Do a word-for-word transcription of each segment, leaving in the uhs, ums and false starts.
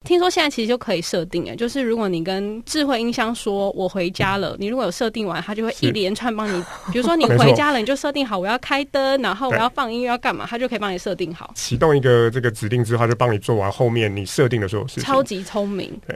听说现在其实就可以设定，就是如果你跟智慧音箱说我回家了，你如果有设定完，它就会一连串帮你，比如说你回家了，你就设定好我要开灯，然后我要放音乐要干嘛，它就可以帮你设定好。 启动一个这个指令之后，它就帮你做完后面你设定的所有事情， 超级聪明。 对。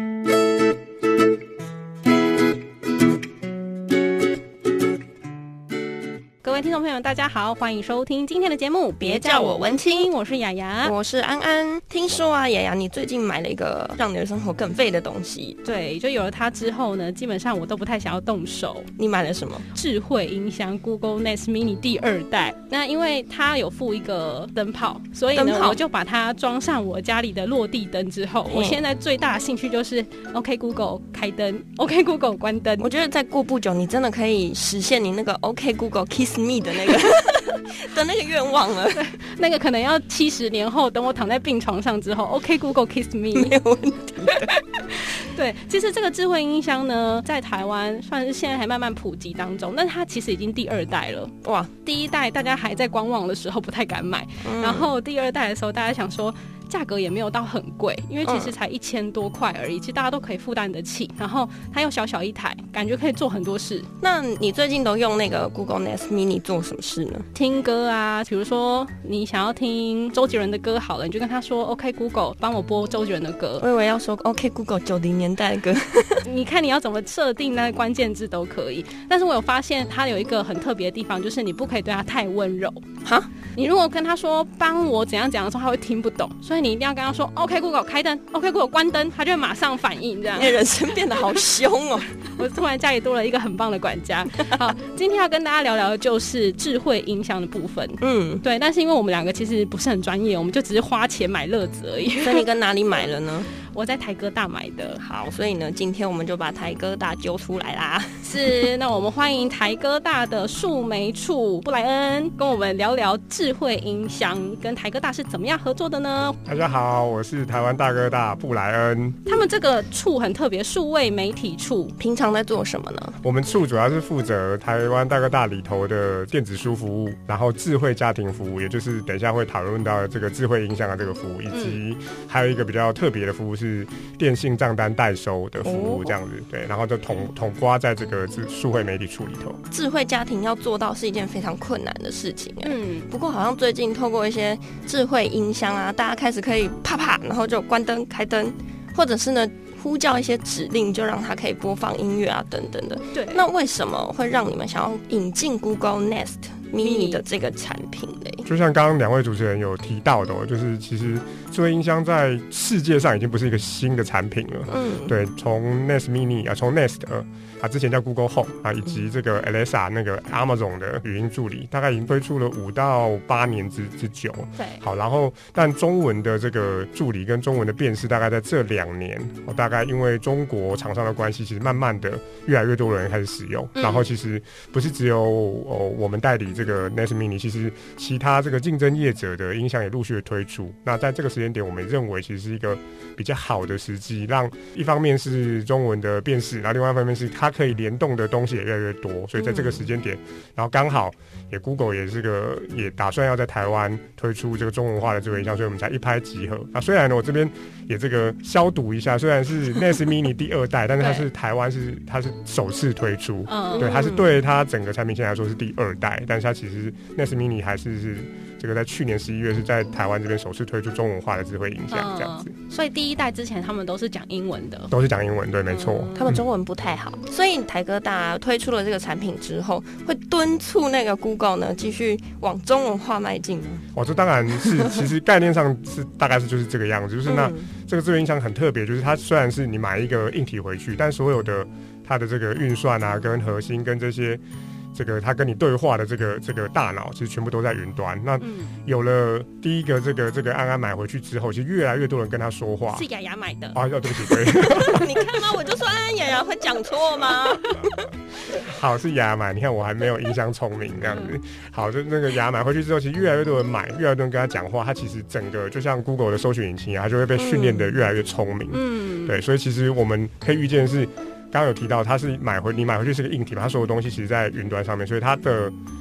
各位听众朋友们大家好，欢迎收听今天的节目，别叫我文青，我是雅雅， 我是安安。听说啊，雅雅你最近买了一个让你的生活更废的东西。 对，就有了它之后呢，基本上我都不太想要动手。 你买了什么？ 智慧音箱 Google Nest Mini 第二代。那因为它有附一个灯泡，所以呢我就把它装上我家里的落地灯之后，我现在最大的兴趣就是 OK Google 开灯， OK Google 关灯。 我觉得再过不久你真的可以实现你那个 OK Google Kiss Me 的那个的那个愿望了。 对，那个可能要七十年后，等我躺在病床上之后 OK Google Kiss Me 没有问题。 对，其实这个智慧音箱呢，在台湾算是现在还慢慢普及当中，但是它其实已经第二代了。哇，第一代大家还在观望的时候不太敢买，嗯、然后第二代的时候大家想说价格也没有到很贵，因为其实才一千多块而已，其实大家都可以负担得起。然后它又小小一台，感觉可以做很多事。 那你最近都用那个 Google Nest Mini 做什么事呢？ 听歌啊，比如说你想要听周杰伦的歌好了，你就跟他说 OK Google 帮我播周杰伦的歌。 我以为要说 OK Google 九零年代的歌。 你看你要怎么设定那个关键字都可以。但是我有发现它有一个很特别的地方，就是你不可以对它太温柔。哈？你如果跟他说帮我怎样怎样的时候，他会听不懂，所以你一定要跟他说 OK Google 开灯， OK Google 关灯，他就会马上反应。这样， 你的人生变得好凶哦。 我突然家里多了一个很棒的管家。好，今天要跟大家聊聊的就是智慧音箱的部分。嗯，对，但是因为我们两个其实不是很专业，我们就只是花钱买乐子而已。 所以你跟哪里买了呢？ 我在台哥大买的。 好，所以呢，今天我们就把台哥大揪出来啦。 是，那我们欢迎台哥大的树莓处布莱恩跟我们聊聊智慧音箱跟台哥大是怎么样合作的呢？ 大家好，我是台湾大哥大布莱恩。 他们这个处很特别，数位媒体处平常在做什么呢？ 我们处主要是负责台湾大哥大里头的电子书服务，然后智慧家庭服务，也就是等一下会讨论到这个智慧音箱的这个服务，以及还有一个比较特别的服务是电信账单代收的服务，这样子。对，然后就统统括在这个数位媒体处里头。 智慧家庭要做到是一件非常困难的事情。嗯，不过好像最近透过一些智慧音箱啊，大家开始可以啪啪，然后就关灯开灯，或者是呢呼叫一些指令，就让它可以播放音乐啊等等的。对，那为什么会让你们想要引进 Google Nest Mini 的这个产品嘞？ 就像刚刚两位主持人有提到的、哦，就是其实智慧音箱在世界上已经不是一个新的产品了。嗯，对，从 Nest Mini 啊，从 Nest 呃啊，之前叫 Google Home 啊，以及这个 Alexa 那个 Amazon 的语音助理，大概已经推出了五到八年之之久。对，好，然后但中文的这个助理跟中文的辨识，大概在这两年，哦，大概因为中国厂商的关系，其实慢慢的越来越多人开始使用。嗯、然后其实不是只有哦我们代理这个 Nest Mini， 其实其他这个竞争业者的音箱也陆续的推出。那在这个时间点，我们认为其实是一个比较好的时机，让一方面是中文的辨识，然后另外一方面是它可以联动的东西也越来越多，所以在这个时间点，然后刚好也 Google 也是个也打算要在台湾推出这个中文化的智慧音箱，所以我们才一拍即合。那虽然呢，我这边也这个消毒一下，虽然是 Nest Mini 第二代，但是它是台湾是它是首次推出，对，它是对它整个产品线来说是第二代，但是它其实 Nest Mini 还是是这个在去年十一月是在台湾这边首次推出中文化的智慧音箱，这样子。 所以第一代之前他们都是讲英文的， 都是讲英文，对，没错、嗯。 他们中文不太好，所以台哥大推出了这个产品之后，会敦促那个 Google 呢继续往中文化迈进吗？ 哦，这当然是，其实概念上是大概是就是这个样子，就是那、嗯、这个智慧音箱很特别，就是它虽然是你买一个硬体回去，但所有的它的这个运算啊，跟核心跟这些。这个他跟你对话的这个这个大脑，其实全部都在云端。那有了第一个这个这个安安买回去之后，其实越来越多人跟他说话。 是雅雅买的啊？哦，对不起，对。 你看吗？我就说安安雅雅会讲错吗？ 好，是雅雅买。你看我还没有音箱聪明这样子。好，就那个雅雅买回去之后，其实越来越多人买，越来越多人跟他讲话，他其实整个就像 Google 的搜寻引擎啊，他就会被训练得越来越聪明。嗯，对，所以其实我们可以预见的是。刚刚有提到，它是买回你买回去是个硬体嘛，它所有东西其实在云端上面，所以它的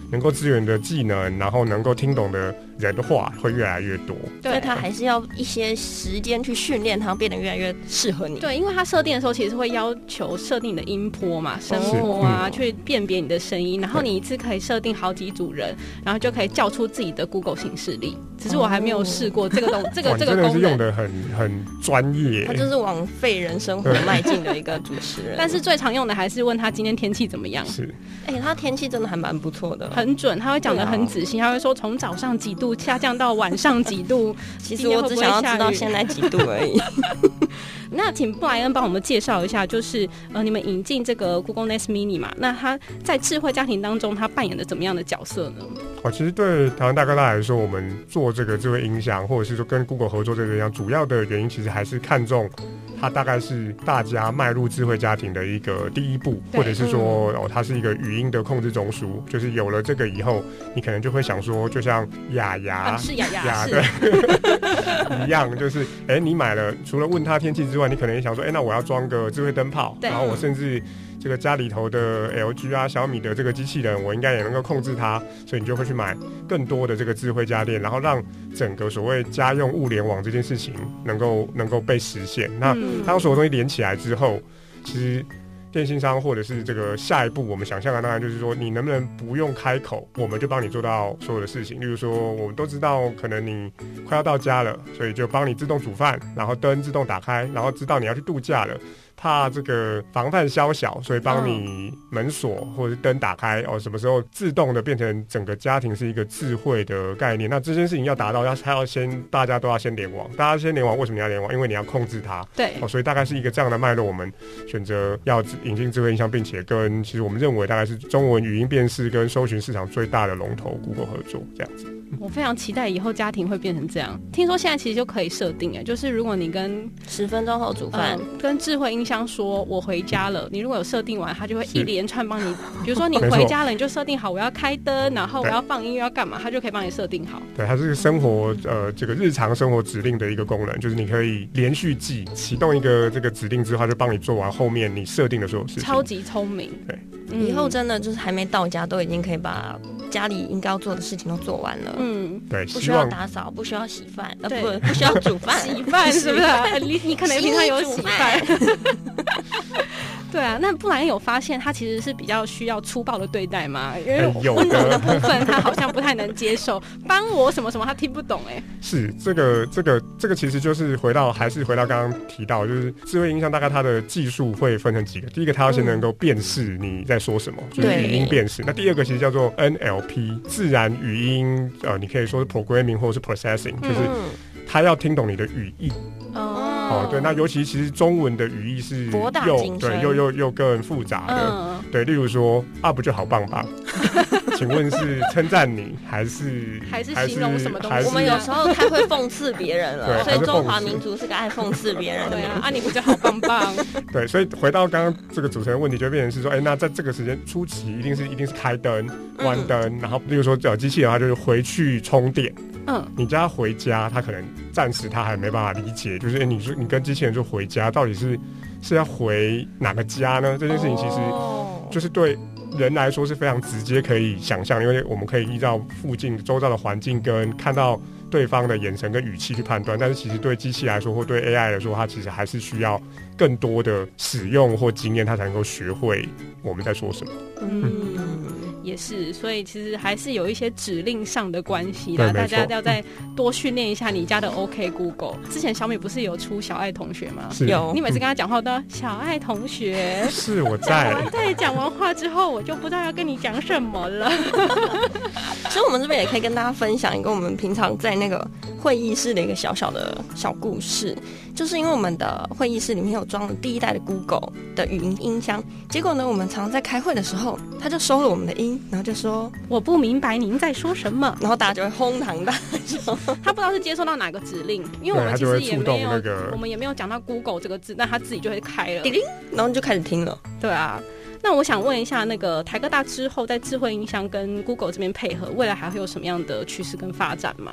能够支援的技能，然后能够听懂的人的话会越来越多。 对，所以它还是要一些时间去训练它，变得越来越适合你。 对，因为它设定的时候其实会要求设定你的音波嘛、声波啊、嗯，去辨别你的声音，然后你一次可以设定好几组人，然后就可以叫出自己的 Google 行事历。只是我还没有试过这个东、哦、这个这个功能，真的是用的很很专业。 他就是往废人生活迈进的一个主持人。 但是最常用的还是问他今天天气怎么样。 是， 哎、欸，他天气真的还蛮不错的， 很准，他会讲得很仔细，他会说从早上几度下降到晚上几度。 其实我只想要知道现在几度而已。 那请布莱恩帮我们介绍一下，就是呃，你们引进这个 Google Nest Mini 嘛，那他在智慧家庭当中，他扮演的怎么样的角色呢？ 哦，其实对台湾大哥大来说，我们做这个智慧音响，或者是说跟 Google 合作这个音响，主要的原因其实还是看重它大概是大家迈入智慧家庭的一个第一步，或者是说、嗯、哦，它是一个语音的控制中枢，就是有了这个以后，你可能就会想说，就像雅雅、 啊、是雅雅对一样，就是哎、欸，你买了，除了问他天气之外，你可能也想说，哎、欸，那我要装个智慧灯泡，然后我甚至这个家里头的 L G 啊、小米的这个机器人，我应该也能够控制它，所以你就会去买更多的这个智慧家电，然后让整个所谓家用物联网这件事情能够能够被实现。那当所有东西连起来之后，其实电信商或者是这个下一步我们想象的当然就是说，你能不能不用开口，我们就帮你做到所有的事情。例如说，我们都知道可能你快要到家了，所以就帮你自动煮饭，然后灯自动打开，然后知道你要去度假了，怕这个防范宵小，所以帮你门锁或者是灯打开哦，什么时候自动的变成整个家庭是一个智慧的概念。那这件事情要达到，要它要先大家都要先联网，大家先联网，为什么你要联网？因为你要控制它。 对， 哦，所以大概是一个这样的脉络，我们选择要引进智慧音箱，并且跟其实我们认为大概是中文语音辨识跟搜寻市场最大的龙头 Google 合作这样子。 我非常期待以后家庭会变成这样。听说现在其实就可以设定，哎，就是如果你跟十分钟后煮饭、 呃，跟智慧音箱说我回家了，你如果有设定完，它就会一连串帮你，比如说你回家了，你就设定好我要开灯，然后我要放音乐要干嘛，它就可以帮你设定好。 对，它是生活呃这个日常生活指令的一个功能，就是你可以连续记启动一个这个指令之后，就帮你做完后面你设定的所有事情， 超级聪明。 对、 嗯，以后真的就是还没到家都已经可以把家里应该要做的事情都做完了。 嗯， 对， 不需要打扫，不需要洗饭，呃，不，不需要煮饭， 洗饭是不是？你你可能平常有洗饭。对啊，那布莱恩有发现他其实是比较需要粗暴的对待吗？因为温柔的部分他好像不太能接受，帮我什么什么他听不懂哎、欸。 是这个这个这个其实就是回到还是回到刚刚提到，就是智慧音箱大概它的技术会分成几个，第一个它要先能够辨识你在说什么，嗯、就是语音辨识。那第二个其实叫做 N L P 自然语音，呃，你可以说是 programming 或者是 processing， 就是它要听懂你的语义。 哦哦，对，那尤其其实中文的语义是博大精深， 对，又又又更复杂的、嗯，对，例如说啊，不就好棒棒？请问是称赞你还是还是形容什么东西？ 我们有时候太会讽刺别人了，所以中华民族是个爱讽刺别人的民族。 啊，你不就好棒棒？ 对，所以回到刚刚这个主持人问题，就变成是说，哎、欸，那在这个时间初期，一定是一定是开灯、关灯、嗯，然后例如说呃机器人，它就是回去充电。嗯，你叫他回家，他可能暂时他还没办法理解，就是、欸、你说你跟机器人说回家，到底是是要回哪个家呢？这件事情其实就是对人来说是非常直接可以想象，因为我们可以依照附近周遭的环境跟看到对方的眼神跟语气去判断，但是其实对机器来说或对 A I 来说，它其实还是需要更多的使用或经验，它才能够学会我们在说什么。 嗯，也是，所以其实还是有一些指令上的关系啦，大家要再多训练一下你家的 OK Google。之前小米不是有出小爱同学吗？ 有， 你每次跟他讲话都要小爱同学， 是我在。 对，讲完话之后，我就不知道要跟你讲什么了。 所以，我们这边也可以跟大家分享一个我们平常在那个会议室的一个小小的小故事。就是因为我们的会议室里面有装了第一代的 Google 的语音音箱，结果呢，我们常常在开会的时候，他就收了我们的音，然后就说我不明白您在说什么， 然后大家就会哄堂大笑。 他不知道是接收到哪个指令，因为我们其实也没有， 那个、 我们也没有讲到 Google 这个字，那他自己就会开了， 叮铃，然后就开始听了。 对啊。那我想问一下，那个台科大之后在智慧音箱跟 Google 这边配合，未来还会有什么样的趋势跟发展吗？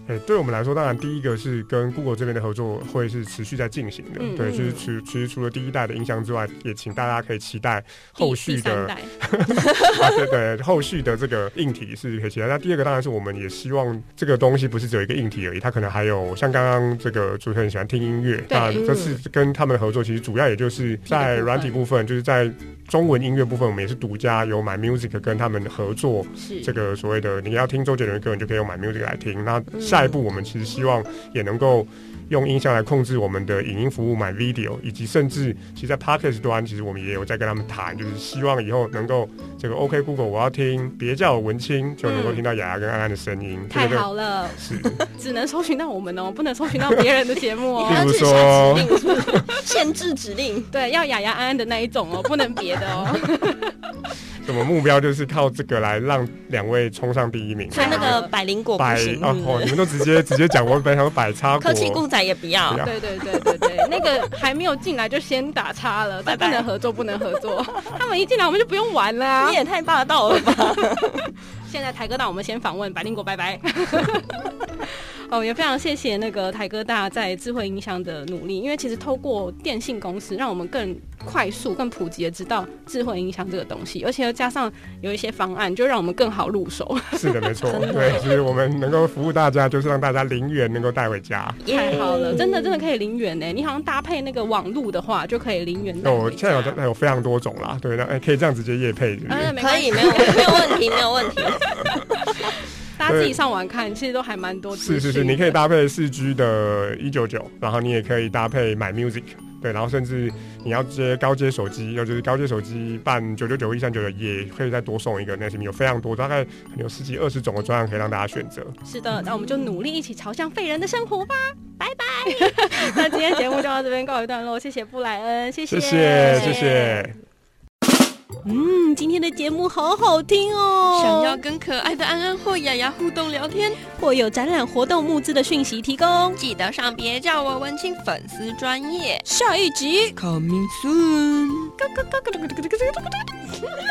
欸，对我们来说，当然第一个是跟 Google 这边的合作会是持续在进行的，嗯、对，就是除其实除了第一代的音箱之外，也请大家可以期待后续的，啊、对对，后续的这个硬体是可以期待。那第二个当然是我们也希望这个东西不是只有一个硬体而已，它可能还有像刚刚这个主持人喜欢听音乐，那这次跟他们的合作，其实主要也就是在软体部分，就是在中文音乐部分，我们也是独家有买 Music 跟他们合作，这个所谓的你要听周杰伦的歌，你就可以用买 Music 来听。那下一步我们其实希望也能够用音箱来控制我们的影音服务买 video， 以及甚至其实在 Podcast 端，其实我们也有在跟他们谈，就是希望以后能够这个 OK Google 我要听别叫我文青，就能够听到雅雅跟安安的声音，嗯、 太好了，是只能搜寻到我们哦，不能搜寻到别人的节目哦。 比如说限制指令， 对，要雅雅安安的那一种哦，不能别的哦。 我们目标就是靠这个来让两位冲上第一名， 所以那个百灵果不行百、哦、你们都直接直接讲，我本来想说百叉果， 科技顾仔也不要， 对对对对对，那个还没有进来就先打叉了，拜拜，不能合作，不能合作。他们一进来我们就不用玩了、啊， 你也太霸道了吧！ 现在台哥大，我们先访问百灵果，拜拜。哦，也非常谢谢那个台哥大在智慧音箱的努力，因为其实透过电信公司，让我们更快速、更普及的知道智慧音箱这个东西，而且又加上有一些方案，就让我们更好入手。 是的，没错，对，就是我们能够服务大家，就是让大家零元能够带回家， 太好了，真的真的可以零元呢。你好像搭配那个网路的话，就可以零元带回家。 现在有有非常多种啦，对，那、欸、可以这样直接业配是不是、 啊，可以，没有没有问题，没有问题。 大家自己上网看，其实都还蛮多资讯。 是是是，你可以搭配四 G 的一九九，然后你也可以搭配买 Music， 对，然后甚至你要接高阶手机，又就是高阶手机办九九九一三九九，也可以再多送一个 Nesmi， 有非常多，大概可能有十几二十种的专案可以让大家选择。 是的，那我们就努力一起朝向废人的生活吧，拜拜。那今天节目就到这边告一段落，谢谢布莱恩，谢谢， 谢谢，谢谢。 嗯，今天的节目好好听哦！ 想要跟可爱的安安或雅雅互动聊天， 或有展览活动募资的讯息提供， 记得上别叫我文青粉丝专页。 下一集 Coming soon。